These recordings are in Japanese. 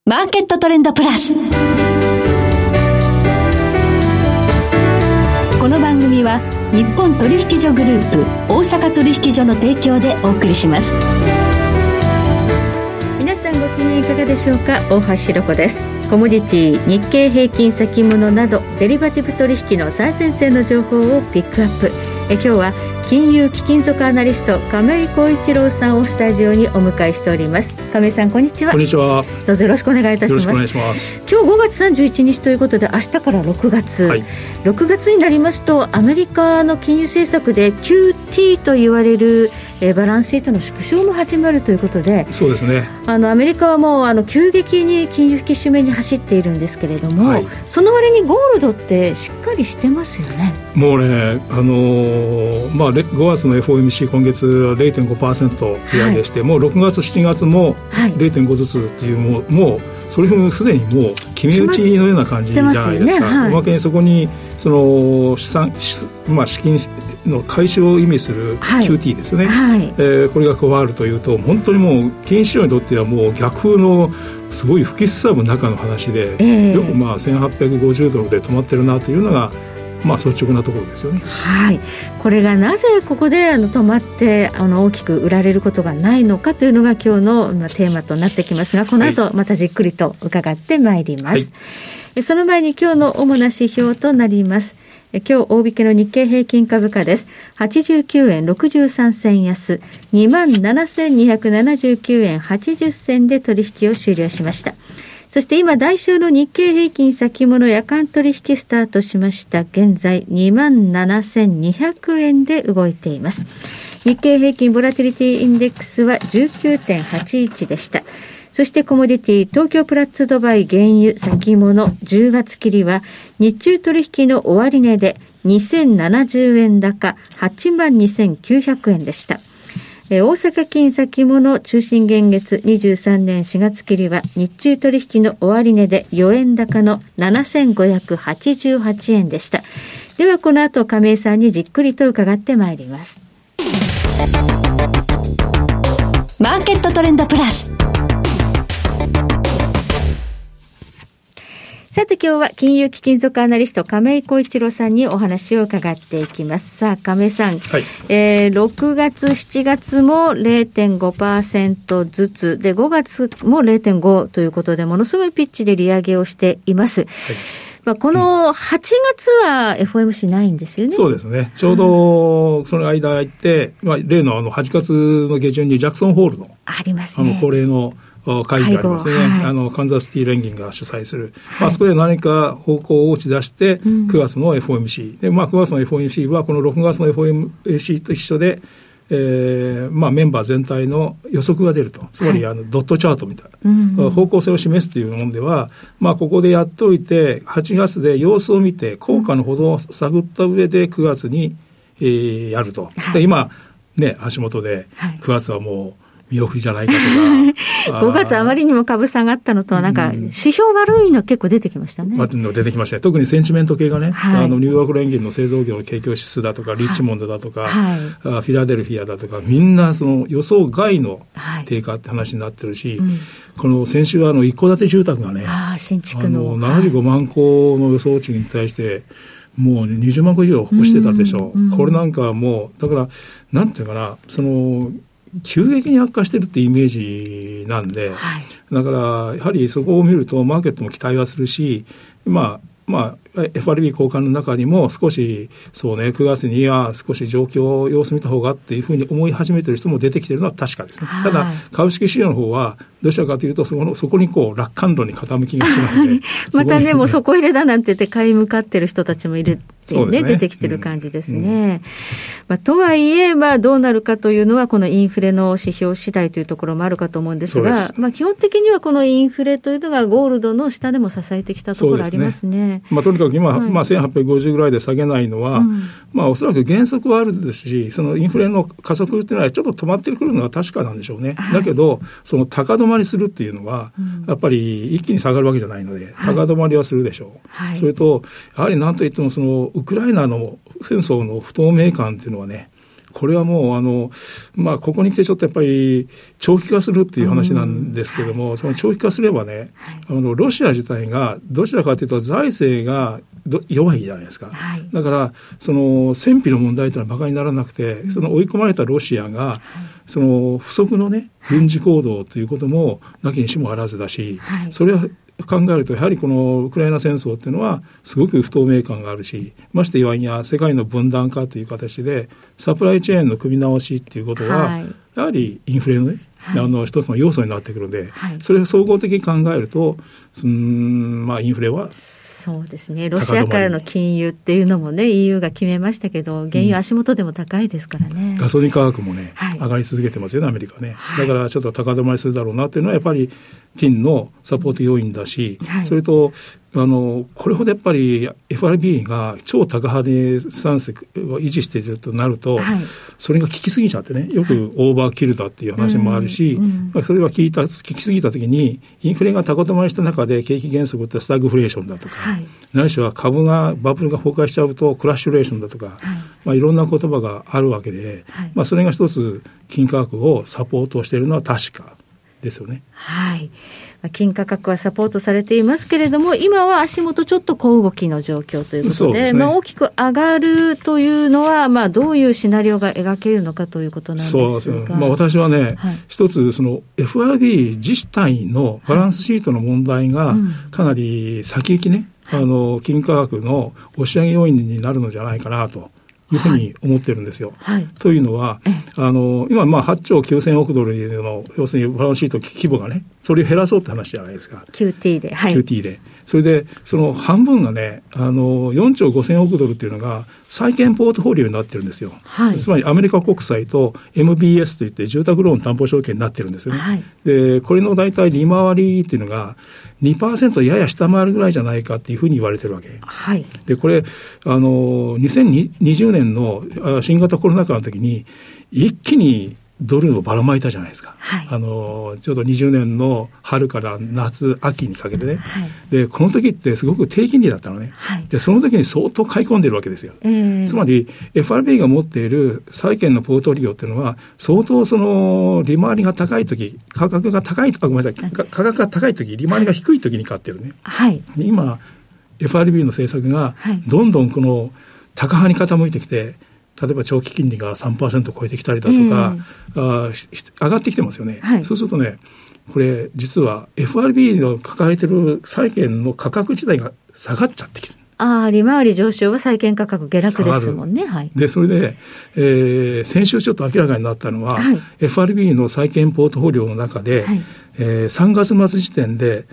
マーケットトレンドプラス。この番組は日本取引所グループ大阪取引所の提供でお送りします。 皆さんご機嫌いかがでしょうか。大橋ろ子です。コモディティ、日経平均先物などデリバティブ取引の最前線の情報をピックアップ。今日は金融貴金属アナリスト亀井浩一郎さんをスタジオにお迎えしております。亀井さん、こんにちは。 こんにちは。 どうぞよろしくお願いいたします。 よろしくお願いします。 今日5月31日ということで、明日から6月、 はい、 6月になりますとアメリカの金融政策で QT と言われるバランスシートの縮小も始まるということで、 そうですね。 アメリカはもう急激に金融引き締めに走っているんですけれども、はい、その割にゴールドってしっかりしてますよね。 もうね、5月の FOMC 今月は 0.5% 利上げして、はい、もう6月7月も 0.5 ずつっていう、もうそれもすでにもう決め打ちのような感じじゃないですか。はい、おまけにそこにその資金の回収を意味する QT ですよね。はい、これが加わるというと、本当にもう金融市場にとってはもう逆風のすごい吹きすさぶ中の話で、よく1850ドルで止まってるなというのが率直なところですよね。 はい、これがなぜここで止まって大きく売られることがないのかというのが今日のテーマとなってきますが、この後またじっくりと伺ってまいります。はい、その前に今日の主な指標となります。今日大引けの日経平均株価です。89円63銭安、27,279円80銭で取引を終了しました。そして今代週の日経平均先物夜間取引スタートしました。現在 27,200 円で動いています。日経平均ボラティリティインデックスは 19.81 でした。そしてコモディティ、東京プラッツドバイ原油先物10月切りは日中取引の終値で2070円高 82,900 円でした。大阪金先物中心現月23年4月切りは日中取引の終値で4円高の 7,588 円でした。ではこの後亀井さんにじっくりと伺ってまいります。 マーケットトレンドプラス。 さて今日は金融貴金属アナリスト亀井浩一郎さんにお話を伺っていきます。さあ亀井さん、はい、6月7月も 0.5% ずつで5月も 0.5 ということでものすごいピッチで利上げをしています。はい、この8月は FOMC ないんですよね。 そうですね。ちょうどその間行って、例の8月の下旬にジャクソンホールのありますね。 恒例の会議がありますね。はい、カンザスシティ連銀が主催する。はい、そこで何か方向を打ち出して、9月の FOMC。で、9月の FOMC はこの6月の FOMC と一緒で、メンバー全体の予測が出ると。つまり、ドットチャートみたいな、方向性を示すというものでは、ここでやっておいて、8月で様子を見て、効果のほどを探った上で9月に、やると。で、今、ね、足元で9月はもう、見送りじゃないかとか 5月あまりにも株下がったのと、なんか指標悪いの結構出てきましたね。 出てきましたね。特にセンチメント系がね、はい、ニューヨーク連銀の製造業の景況指数だとか、リッチモンドだとか、はい、フィラデルフィアだとか、みんなその予想外の低下って話になってるし、はい、この先週は一戸建て住宅がね、 新築の 75万戸の予想値に対してもう20万戸以上欲してたでしょう。これなんかもうだからなんていうかな、急激に悪化してるってイメージなんで、はい、だからやはりそこを見るとマーケットも期待はするし、FRB 交換の中にも少しそうね、9月には少し状況様子見た方がっていうふうに思い始めている人も出てきているのは確かですね。はい、ただ株式市場の方はどうしたかというとそこに楽観論に傾きがちなのでまたね、もう底入れだなんて言って買い向かってる人たちもいるってね、出てきてる感じですね。とはいえ、どうなるかというのはこのインフレの指標次第というところもあるかと思うんですが、基本的にはこのインフレというのがゴールドの下でも支えてきたところありますね。 とにかく今、1850ぐらいで下げないのは、おそらく原則はあるですし、そのインフレの加速っていうのはちょっと止まってくるのは確かなんでしょうね。だけどその高止まりするっていうのは、やっぱり一気に下がるわけじゃないので、高止まりはするでしょう。はい、それとやはり何といってもそのウクライナの戦争の不透明感っていうのはね、 これはもうここに来てちょっとやっぱり長期化するっていう話なんですけども、その長期化すればね、ロシア自体がどちらかというと財政が弱いじゃないですか。だからその戦費の問題というのは馬鹿にならなくて、その追い込まれたロシアがその不測のね軍事行動ということもなきにしもあらずだし、それは考えるとやはりこのウクライナ戦争っていうのはすごく不透明感があるし、ましてや世界の分断化という形でサプライチェーンの組み直しっていうことは、やはりインフレのね、一つの要素になってくるので、それを総合的に考えるとインフレはそうですね。ロシアからの禁輸っていうのもね EU が決めましたけど、原油足元でも高いですからね。 ガソリン価格もね、上がり続けてますよね、アメリカね。だからちょっと高止まりするだろうなっていうのはやっぱり金のサポート要因だし、それとこれほどやっぱり FRB が超高派でスタンスを維持しているとなると、それが効きすぎちゃってね、よくオーバーキルだっていう話もあるし、それは効きすぎたときにインフレが高止まりした中で景気減速ってスタグフレーションだとか、ないしはバブルが崩壊しちゃうとクラッシュレーションだとか、いろんな言葉があるわけで、それが一つ金価格をサポートしているのは確かですよね。 金価格はサポートされていますけれども、今は足元ちょっと小動きの状況ということで、大きく上がるというのは、どういうシナリオが描けるのかということなんですが。 そうですね。私はね、一つその FRB 自体のバランスシートの問題がかなり先行きね、金価格の押し上げ要因になるのじゃないかなというふうに思ってるんですよ。というのは、今8兆9000億ドルの要するにバランスシート規模がね、それを減らそうって話じゃないですか。 QT で。 QT で。それで、その半分がね、4兆5000億ドルっていうのが債券ポートフォリオになってるんですよ。つまりアメリカ国債と MBS といって住宅ローン担保証券になってるんですよね。で、これの大体利回りっていうのが 2% やや下回るぐらいじゃないかっていうふうに言われてるわけ。で、これ、2020年の新型コロナ禍の時に一気にドルをばらまいたじゃないですか。ちょうど20年の春から夏秋にかけてね、でこの時ってすごく低金利だったのね、でその時に相当買い込んでるわけですよ。つまり FRB が持っている債券のポートフォリオっていうのは相当その利回りが高い時、価格が高い時、価格が高い時、利回りが低い時に買ってるね。今 FRB の政策がどんどんこの高派に傾いてきて、例えば長期金利が 3% 超えてきたりだとか、上がってきてますよね。そうするとね、これ実は FRB の抱えてる債券の価格自体が下がっちゃってきてる。 利回り上昇は債券価格下落ですもんね。 でそれで、先週ちょっと明らかになったのは、FRB の債券ポートフォリオの中で、3月末時点で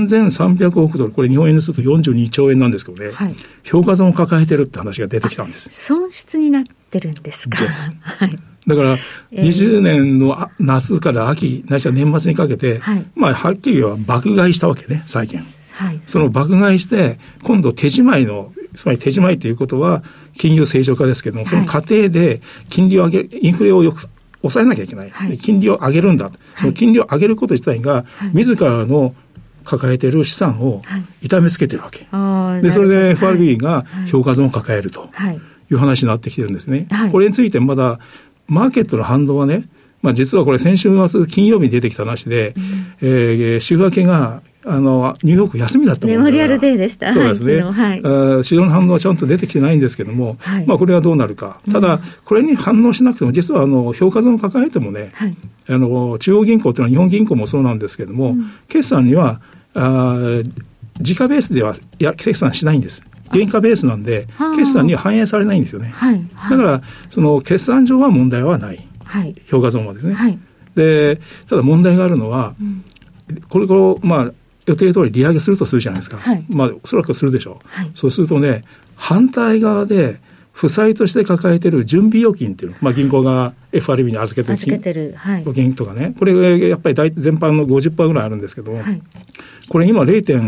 3300億ドル、これ日本円にすると42兆円なんですけどね、評価損を抱えてるって話が出てきたんです。 損失になってるんですか。 だから20年の夏から秋ないしは年末にかけて、はっきり言えば爆買いしたわけね、債券。その爆買いして今度手仕舞いの、つまり手仕舞いということは金融正常化ですけども、その過程で金利を上げる、インフレを抑えなきゃいけない、金利を上げるんだ、その金利を上げること自体が自らの抱えている資産を痛めつけてるわけ、でそれで FRB が評価損を抱えるという話になってきてるんですね。これについてまだマーケットの反応はね、実はこれ先週末金曜日に出てきた話で、週明けがニューヨーク休みだったもんだから、 メモリアルデーでした。 そうですね。市場の反応はちゃんと出てきてないんですけども、これはどうなるか。ただこれに反応しなくても、実は評価損を抱えてもね、中央銀行というのは日本銀行もそうなんですけども、決算には時価ベースでは決算しないんです。原価ベースなんで決算には反映されないんですよね。だからその決算上は問題はない。評価損はですね。でただ問題があるのは、これを予定通り利上げするとするじゃないですか。おそらくするでしょう。そうするとね、反対側で負債として抱えている準備預金っていうの、銀行が FRB に預けてる預金とかね、これやっぱり全般の 50% ぐらいあるんですけども、これ今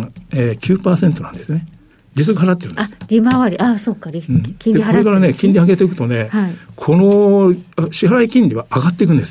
0.9% なんですね。利息払ってるんです。 利回り、そうか、金利払ってるんですね。 これからね、金利上げていくとね、この支払い金利は上がっていくんですよ。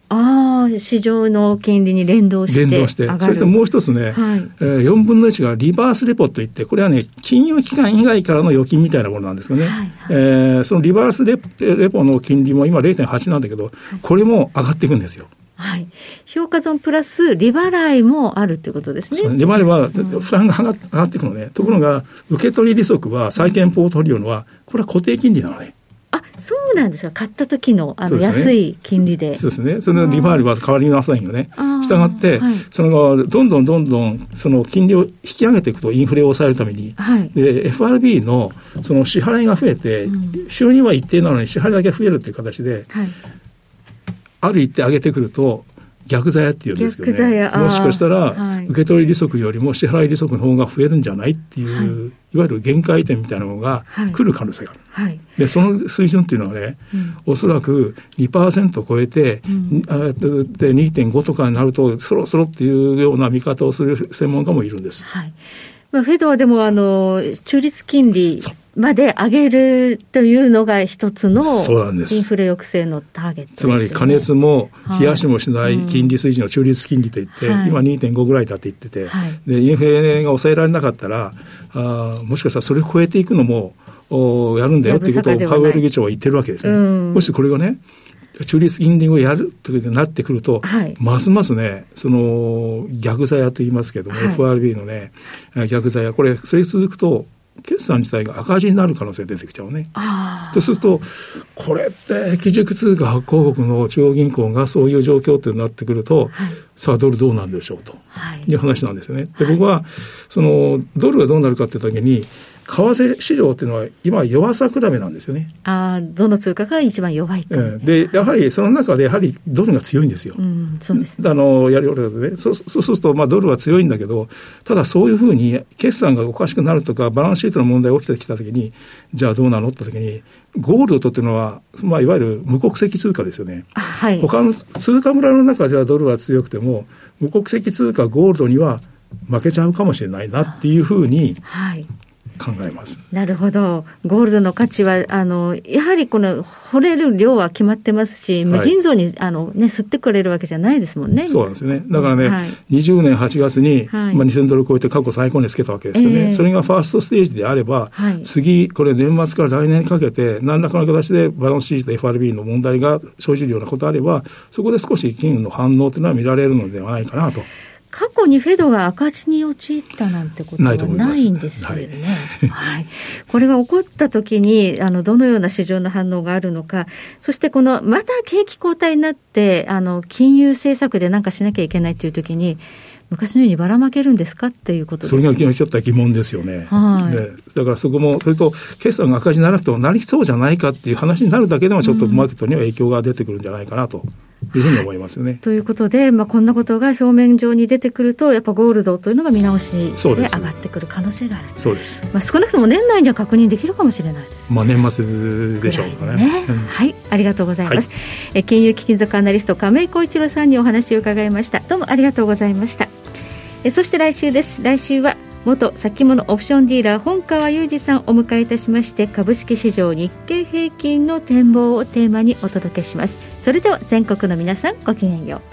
市場の金利に連動して上がる。 それともう一つね、4分の1がリバースレポといって、これはね、金融機関以外からの預金みたいなものなんですよね。そのリバースレポの金利も今 0.8 なんだけど、これも上がっていくんですよ。 評価損プラス利払いもあるということですね。 そう、利払いは負担が上がっていくのね。ところが受け取り利息は債券ポートフォリオのはこれは固定金利なのね。 そうなんですか。買った時の安い金利で。 そうですね。その利回りは代わりにならないよね。したがって、そのどんどんその金利を引き上げていくとインフレを抑えるために、で FRB のその支払いが増えて、収入は一定なのに支払いだけ増えるという形で、ある一定上げてくると逆ざやっていうんですけどね、もしかしたら受け取り利息よりも支払い利息の方が増えるんじゃないっていう、いわゆる限界点みたいなのが来る可能性がある。でその水準っていうのはね、おそらく 2% を超えて、で 2.5 とかになるとそろそろっていうような見方をする専門家もいるんです。 フェドはでも中立金利まで上げるというのが一つのインフレ抑制のターゲットですよね。 つまり加熱も冷やしもしない金利水準を中立金利といって、今 2.5 ぐらいだって言ってて、でインフレが抑えられなかったらもしかしたらそれを超えていくのもやるんだよっていうことをパウエル議長は言ってるわけですね。もしこれがね中立金利をやるということになってくると、ますますね、その逆ざやと言いますけども、FRB のね、逆ざや、これ、それ続くと、決算自体が赤字になる可能性が出てきちゃうね。そうすると、これって基軸通貨発行国の中央銀行がそういう状況となってくると、さあドルどうなんでしょうという話なんですよね。で、僕は、そのドルがどうなるかっていう時に、為替市場っていうのは今弱さ比べなんですよね。 どの通貨が一番弱いか、 でやはりその中でやはりドルが強いんですよ。 そうですね。 やりおるのでね、そうするとドルは強いんだけど、ただそういうふうに決算がおかしくなるとかバランスシートの問題が起きてきたときに、じゃあどうなのって時にゴールドというのは、いわゆる無国籍通貨ですよね。他の通貨村の中ではドルは強くても無国籍通貨ゴールドには負けちゃうかもしれないなっていうふうに考えます。 なるほど。ゴールドの価値はやはりこの掘れる量は決まってますし、無尽蔵に吸ってくれるわけじゃないですもんね。 そうなんですね。だからね、20年8月に、2000ドル超えて過去最高値つけたわけですよね。それがファーストステージであれば、次これ年末から来年にかけて何らかの形でバランスシートで FRB の問題が生じるようなことあれば、そこで少し金の反応というのは見られるのではないかなと。 過去にフェドが赤字に陥ったなんてことはないんですよね。これが起こったときにどのような市場の反応があるのか、そしてこのまた景気後退になって金融政策で何かしなきゃいけないというときに昔のようにばらまけるんですかっていうことですね。 それがちょっと疑問ですよね。だからそこもそれと決算が赤字にならなくてもなりそうじゃないかっていう話になるだけでもちょっとマーケットには影響が出てくるんじゃないかなというふうに思いますよね。 ということで、こんなことが表面上に出てくるとやっぱゴールドというのが見直しで上がってくる可能性がある。 そうです。 少なくとも年内には確認できるかもしれないです。 年末でしょうかね。 はい、ありがとうございます。金融貴金属アナリスト亀井浩一郎さんにお話を伺いました。どうもありがとうございました。そして来週です。来週は元先物オプションディーラー本川雄二さんをお迎えいたしまして、株式市場日経平均の展望をテーマにお届けします。それでは全国の皆さんごきげんよう。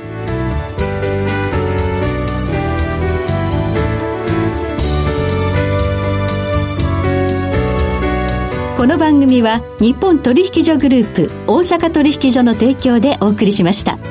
この番組は日本取引所グループ大阪取引所の提供でお送りしました。